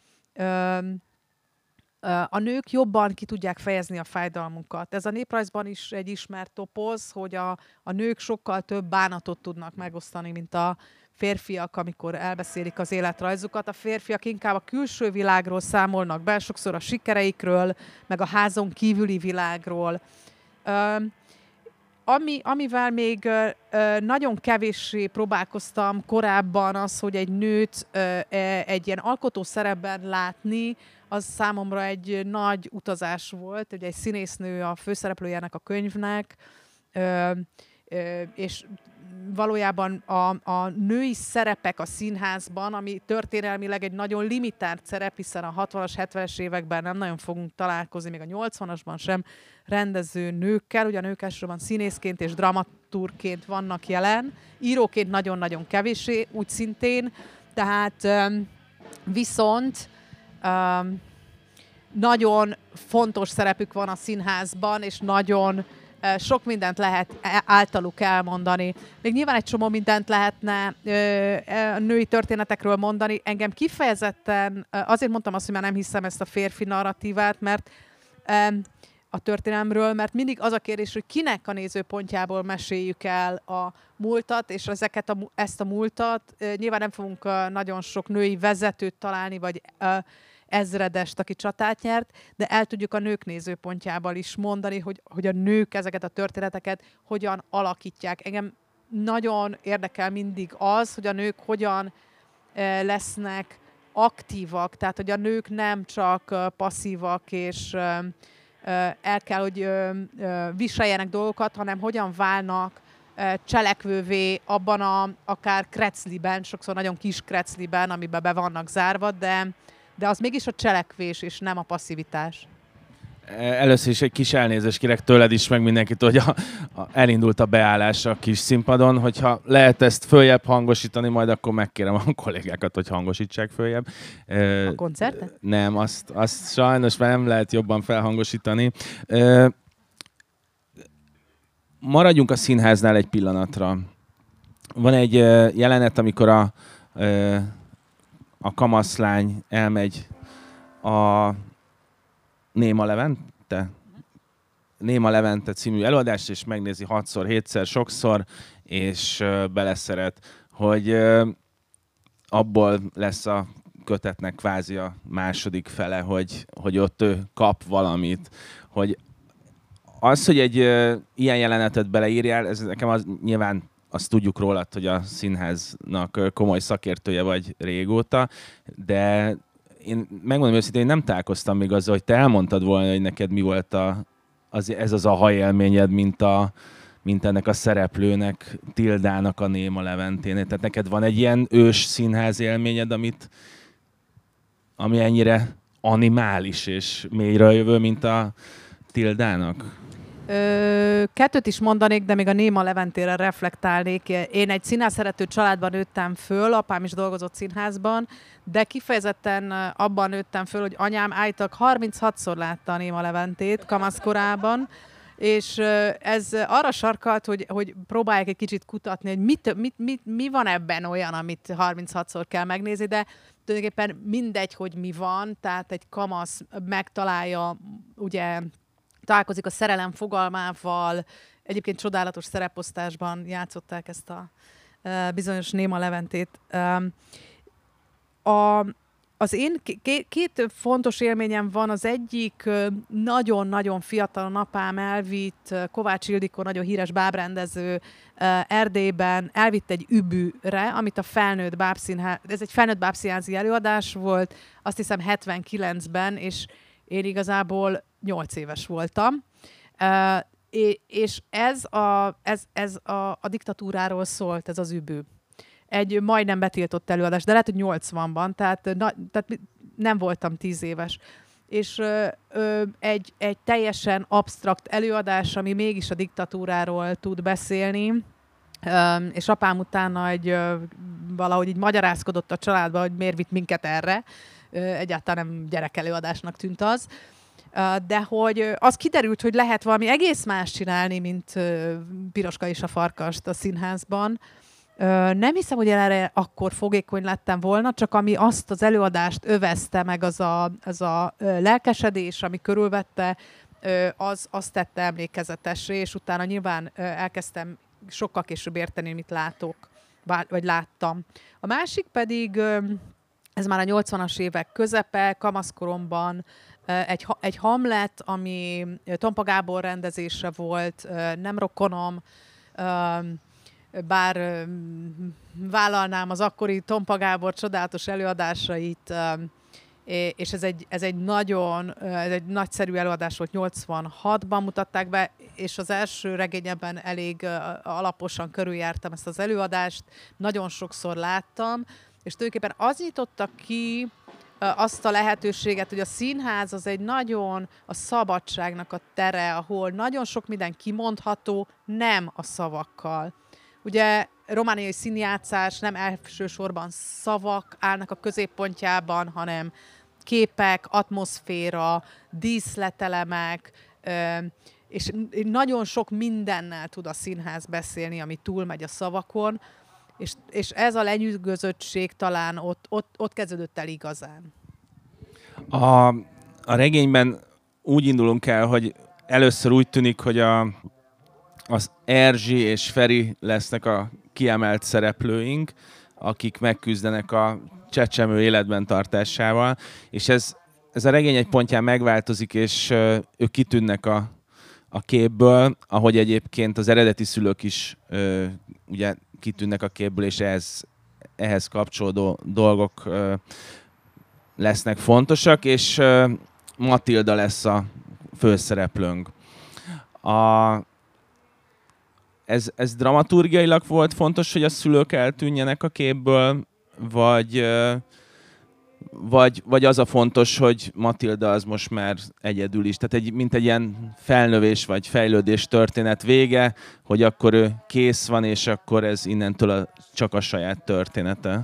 a nők jobban ki tudják fejezni a fájdalmukat. Ez a néprajzban is egy ismert topoz, hogy a nők sokkal több bánatot tudnak megosztani, mint a férfiak, amikor elbeszélik az életrajzukat. A férfiak inkább a külső világról számolnak be, sokszor a sikereikről, meg a házon kívüli világról. Amivel még nagyon kevéssé próbálkoztam korábban az, hogy egy nőt egy ilyen alkotó szerepben látni, az számomra egy nagy utazás volt, ugye egy színésznő a főszereplőjének a könyvnek, és valójában a női szerepek a színházban, ami történelmileg egy nagyon limitált szerep, hiszen a 60-as, 70-es években nem nagyon fogunk találkozni, még a 80-asban sem rendező nőkkel, ugye a nők elsősorban színészként és dramaturgként vannak jelen, íróként nagyon-nagyon kevéssé, úgy szintén, tehát viszont nagyon fontos szerepük van a színházban, és nagyon sok mindent lehet általuk elmondani. Még nyilván egy csomó mindent lehetne a női történetekről mondani. Engem kifejezetten, azért mondtam azt, hogy már nem hiszem ezt a férfi narratívát, mert a történelemről, mert mindig az a kérdés, hogy kinek a nézőpontjából meséljük el a múltat, és ezt a múltat nyilván nem fogunk nagyon sok női vezetőt találni, vagy ezredest, aki csatát nyert, de el tudjuk a nők nézőpontjából is mondani, hogy a nők ezeket a történeteket hogyan alakítják. Engem nagyon érdekel mindig az, hogy a nők hogyan lesznek aktívak, tehát hogy a nők nem csak passzívak, és el kell, hogy viseljenek dolgokat, hanem hogyan válnak cselekvővé abban akár krecliben, sokszor nagyon kis krecliben, amiben be vannak zárva, de az mégis a cselekvés, és nem a passzivitás. Először is egy kis elnézést kérek tőled is, meg mindenkit, hogy elindult a beállás a kis színpadon, hogyha lehet ezt följebb hangosítani, majd akkor megkérem a kollégákat, hogy hangosítsák följebb. A koncerten? Nem, azt sajnos már nem lehet jobban felhangosítani. Maradjunk a színháznál egy pillanatra. Van egy jelenet, amikor a kamaszlány elmegy a Néma Levente című előadást, és megnézi 6-szor, 7-szer, sokszor, és beleszeret, hogy abból lesz a kötetnek kvázi a második fele, hogy ott ő kap valamit. Hogy az, hogy egy ilyen jelenetet beleírjál, ez nekem nyilván azt tudjuk rólad, hogy a színháznak komoly szakértője vagy régóta, de én megmondom őszintén, hogy nem találkoztam még azzal, hogy te elmondtad volna, hogy neked mi volt ez az aha élményed, mint ennek a szereplőnek, Tildának a Néma Leventénél. Tehát neked van egy ilyen ős színház élményed, ami ennyire animális és mélyről jövő, mint a Tildának? Kettőt is mondanék, de még a Néma Leventére reflektálnék. Én egy színházszerető családban nőttem föl, apám is dolgozott színházban, de kifejezetten abban nőttem föl, hogy anyám állítólag 36-szor látta a Néma Leventét kamaszkorában, és ez arra sarkalt, hogy próbálják egy kicsit kutatni, hogy mi van ebben olyan, amit 36-szor kell megnézni, de tulajdonképpen mindegy, hogy mi van, tehát egy kamasz megtalálja, ugye találkozik a szerelem fogalmával, egyébként csodálatos szereposztásban játszották ezt a bizonyos Néma Leventét. Az én két fontos élményem van, az egyik nagyon-nagyon fiatalon apám elvitt, Kovács Ildikó, nagyon híres bábrendező, Erdélyben elvitt egy übűre, amit a felnőtt bábszínház, ez egy felnőtt bábszínházi előadás volt, azt hiszem 79-ben, és én igazából 8 éves voltam. És ez a diktatúráról szólt, ez az übű. Egy majdnem betiltott előadás, de lehet, hogy 80-ban, tehát nem voltam 10 éves. És egy teljesen absztrakt előadás, ami mégis a diktatúráról tud beszélni, és apám utána valahogy így magyarázkodott a családba, hogy miért vitt minket erre. Egyáltalán nem gyerekelőadásnak tűnt az. De hogy az kiderült, hogy lehet valami egész más csinálni, mint Piroska és a farkast a színházban. Nem hiszem, hogy erre akkor fogékony lettem volna, csak ami azt az előadást övezte meg, az a lelkesedés, ami körülvette, az tette emlékezetessé, és utána nyilván elkezdtem sokkal később érteni, mit látok, vagy láttam. A másik pedig, ez már a 80-as évek közepe, kamaszkoromban egy Hamlet, ami Tompa Gábor rendezése volt, nem rokonom, bár vállalnám az akkori Tompa Gábor csodálatos előadásait, és ez egy nagyszerű előadás volt, 86-ban mutatták be, és az első regényemben elég alaposan körüljártam ezt az előadást, nagyon sokszor láttam, és tulajdonképpen az nyitotta ki azt a lehetőséget, hogy a színház az egy nagyon a szabadságnak a tere, ahol nagyon sok minden kimondható, nem a szavakkal. Ugye romániai színjátszás nem elsősorban szavak állnak a középpontjában, hanem képek, atmoszféra, díszletelemek, és nagyon sok mindennel tud a színház beszélni, ami túlmegy a szavakon, és ez a lenyűgözöttség talán ott kezdődött el igazán. A regényben úgy indulunk el, hogy először úgy tűnik, hogy az Erzsi és Feri lesznek a kiemelt szereplőink, akik megküzdenek a csecsemő életben tartásával, és ez a regény egy pontján megváltozik, és ők kitűnnek a képből, ahogy egyébként az eredeti szülők is ugye kitűnnek a képből, és ehhez kapcsolódó dolgok lesznek fontosak, és Matilda lesz a főszereplőnk. Ez dramaturgiailag volt fontos, hogy a szülők eltűnjenek a képből, vagy az a fontos, hogy Matilda az most már egyedül is. Tehát mint egy ilyen felnövés vagy fejlődés történet vége, hogy akkor ő kész van, és akkor ez innentől csak a saját története.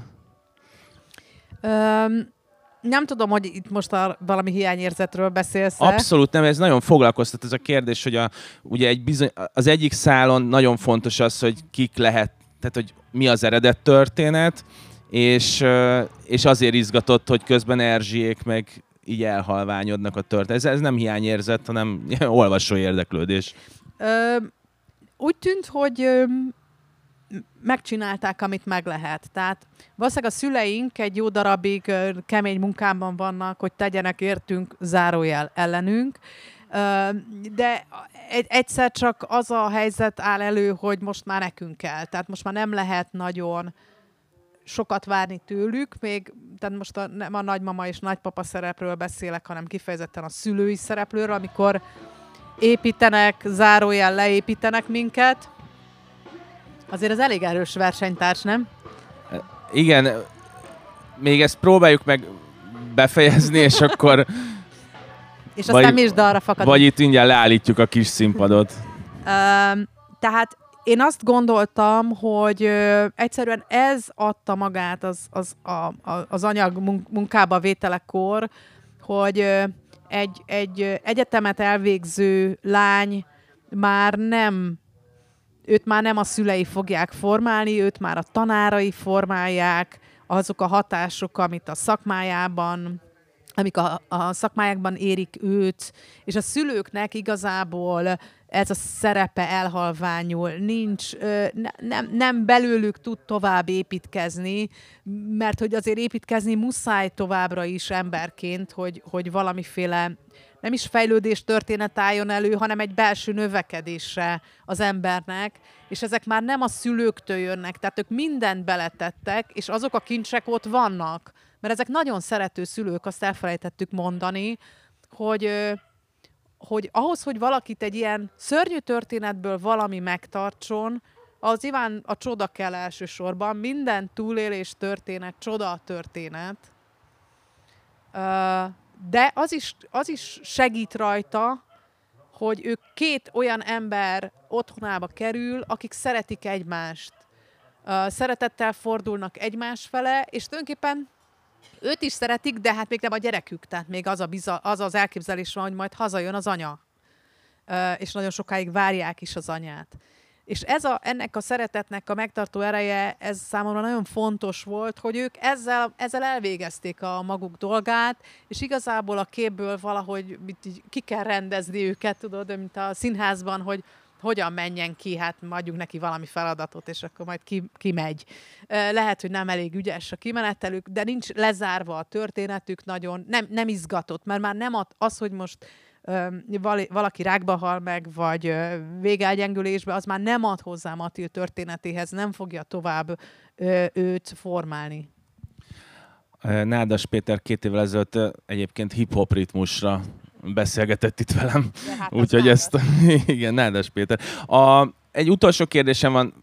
Nem tudom, hogy itt most valami hiányérzetről beszélsz. Abszolút nem, ez nagyon foglalkoztat ez a kérdés, hogy ugye az egyik szálon nagyon fontos az, hogy kik lehet, tehát hogy mi az eredet történet, és azért izgatott, hogy közben Erzsiék meg így elhalványodnak a történet. Ez nem hiányérzet, hanem olvasói érdeklődés. Úgy tűnt, hogy megcsinálták, amit meg lehet. Tehát valószínűleg a szüleink egy jó darabig kemény munkában vannak, hogy tegyenek értünk, zárójel ellenünk, de egyszer csak az a helyzet áll elő, hogy most már nekünk kell. Tehát most már nem lehet nagyon sokat várni tőlük, tehát most nem a nagymama és nagypapa szerepről beszélek, hanem kifejezetten a szülői szereplőről, amikor építenek, zárójel leépítenek minket. Azért ez elég erős versenytárs, nem? Igen, még ezt próbáljuk meg befejezni, és akkor... és aztán mi is dalra fakadunk. Vagy itt ingyen leállítjuk a kis színpadot. Tehát én azt gondoltam, hogy egyszerűen ez adta magát az anyag munkába vételekor, hogy egy egyetemet elvégző lány őt már nem a szülei fogják formálni, őt már a tanárai formálják, azok a hatások, amik a szakmájákban érik őt, és a szülőknek igazából ez a szerepe elhalványul, nem belőlük tud tovább építkezni, mert hogy azért építkezni muszáj továbbra is emberként, hogy valamiféle nem is fejlődés történet álljon elő, hanem egy belső növekedésre az embernek, és ezek már nem a szülőktől jönnek, tehát ők mindent beletettek, és azok a kincsek ott vannak, mert ezek nagyon szerető szülők, azt elfelejtettük mondani, hogy ahhoz, hogy valakit egy ilyen szörnyű történetből valami megtartson, az nyilván a csoda kell elsősorban, minden túlélés történet, csoda történet, de az is segít rajta, hogy ők két olyan ember otthonába kerül, akik szeretik egymást. Szeretettel fordulnak egymás fele, és tulajdonképpen őt is szeretik, de hát még nem a gyerekük. Tehát még az az elképzelés van, hogy majd hazajön az anya. És nagyon sokáig várják is az anyát. És ennek a szeretetnek a megtartó ereje, ez számomra nagyon fontos volt, hogy ők ezzel elvégezték a maguk dolgát, és igazából a képből valahogy ki kell rendezni őket, tudod, mint a színházban, hogy hogyan menjen ki, hát adjunk neki valami feladatot, és akkor majd kimegy. Lehet, hogy nem elég ügyes a kimenetelük, de nincs lezárva a történetük nagyon, nem izgatott, mert már nem az, hogy most valaki rákba hal meg, vagy végelgyengülésbe, az már nem ad hozzá Matilda történetéhez, nem fogja tovább őt formálni. Nádas Péter 2 évvel ezelőtt egyébként hip-hop ritmusra beszélgetett itt velem. Hát úgyhogy ezt... Igen, Nádas Péter. Egy utolsó kérdésem van.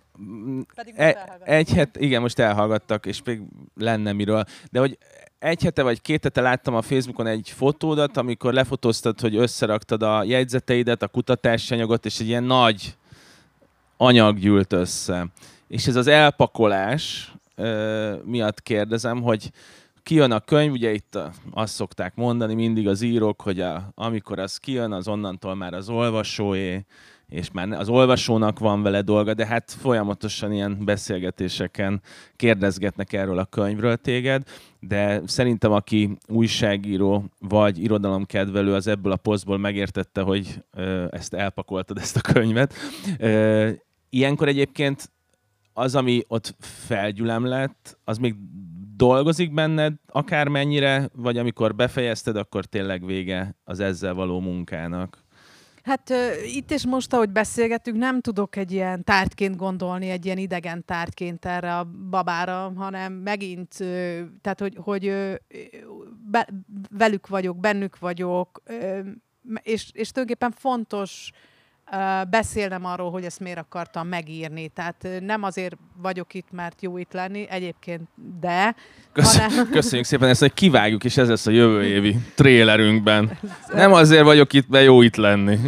Igen, most elhallgattak, és még lenne miről. De hogy egy hete vagy 2 hete láttam a Facebookon egy fotódat, amikor lefotóztad, hogy összeraktad a jegyzeteidet, a kutatási anyagot, és egy ilyen nagy anyag gyűlt össze. És ez az elpakolás miatt kérdezem, hogy kijön a könyv, ugye itt azt szokták mondani mindig az írók, hogy amikor az kijön, az onnantól már az olvasóé, és már az olvasónak van vele dolga, de hát folyamatosan ilyen beszélgetéseken kérdezgetnek erről a könyvről téged, de szerintem aki újságíró vagy irodalomkedvelő, az ebből a posztból megértette, hogy ezt elpakoltad, ezt a könyvet. Ilyenkor egyébként az, ami ott felgyülem lett, az még dolgozik benned akármennyire, vagy amikor befejezted, akkor tényleg vége az ezzel való munkának? Hát itt és most, ahogy beszélgetünk, nem tudok egy ilyen tárgyként gondolni, egy ilyen idegen tárgyként erre a babára, hanem megint, tehát hogy velük vagyok, bennük vagyok, és tulajdonképpen fontos beszélnem arról, hogy ezt miért akartam megírni. Tehát nem azért vagyok itt, mert jó itt lenni, egyébként de. Köszönjük szépen ezt, hogy kivágjuk, és ez lesz a jövő évi trélerünkben. Nem azért vagyok itt, mert jó itt lenni.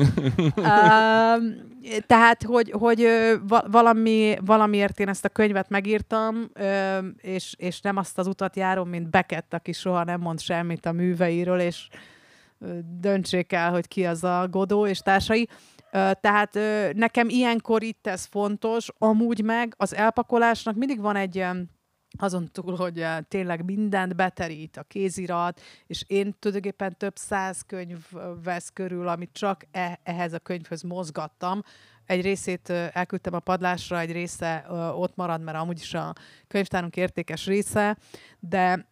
Tehát, hogy valamiért én ezt a könyvet megírtam, és nem azt az utat járom, mint Beckett, aki soha nem mond semmit a műveiről, és döntsék el, hogy ki az a Godot és társai. Tehát nekem ilyenkor itt ez fontos, amúgy meg az elpakolásnak mindig van egy, azon túl, hogy tényleg mindent beterít a kézirat, és én tulajdonképpen több 100 könyv vesz körül, amit csak ehhez a könyvhöz mozgattam. Egy részét elküldtem a padlásra, egy része ott marad, mert amúgy is a könyvtárunk értékes része, de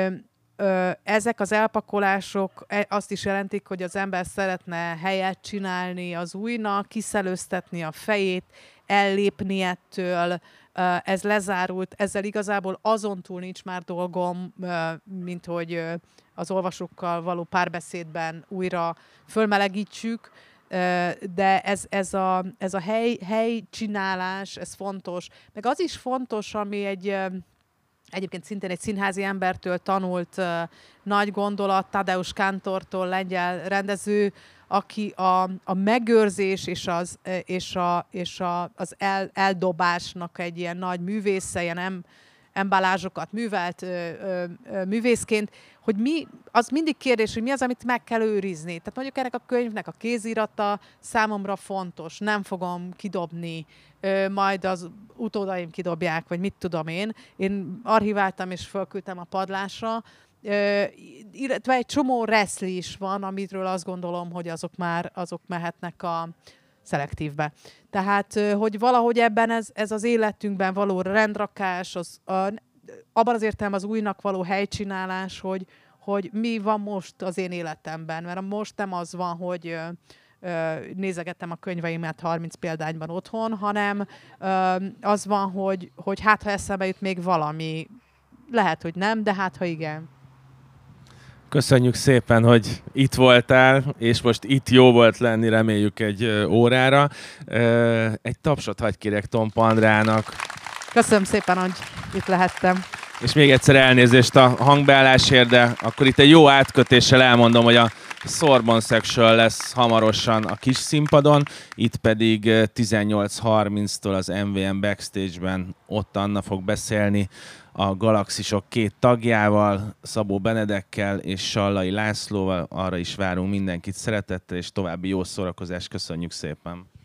ezek az elpakolások azt is jelentik, hogy az ember szeretne helyet csinálni az újnak, kiszelőztetni a fejét, ellépni ettől, ez lezárult, ezzel igazából azon túl nincs már dolgom, mint hogy az olvasókkal való párbeszédben újra fölmelegítsük, de ez a helycsinálás, ez fontos. Meg az is fontos, ami egyébként szintén egy színházi embertől tanult nagy gondolat, Tadeusz Kantortól, lengyel rendező, aki a megőrzés és az eldobásnak egy ilyen nagy művésze, ilyen emballázsokat művelt művészként, hogy az mindig kérdés, hogy mi az, amit meg kell őrizni. Tehát mondjuk ennek a könyvnek a kézirata számomra fontos, nem fogom kidobni, majd az utódaim kidobják, vagy mit tudom én. Én archiváltam és fölküldtem a padlásra, illetve egy csomó reszli is van, amitről azt gondolom, hogy azok mehetnek a szelektívbe. Tehát, hogy valahogy ebben ez az életünkben való rendrakás, abban az értelemben az újnak való helycsinálás, hogy mi van most az én életemben. Mert most nem az van, hogy nézegettem a könyveimet 30 példányban otthon, hanem az van, hogy hát ha eszembe jut még valami. Lehet, hogy nem, de hát ha igen. Köszönjük szépen, hogy itt voltál, és most itt jó volt lenni, reméljük egy órára. Egy tapsot hagy kérek Tompa Andrának. Köszönöm szépen, hogy itt lehettem. És még egyszer elnézést a hangbeállásért, de akkor itt egy jó átkötéssel elmondom, hogy a Sorbonne Sexual lesz hamarosan a kis színpadon, itt pedig 18:30-tól az MVM Backstage-ben ott Anna fog beszélni a Galaxisok 2 tagjával, Szabó Benedekkel és Sallai Lászlóval. Arra is várunk mindenkit szeretettel, és további jó szórakozást. Köszönjük szépen!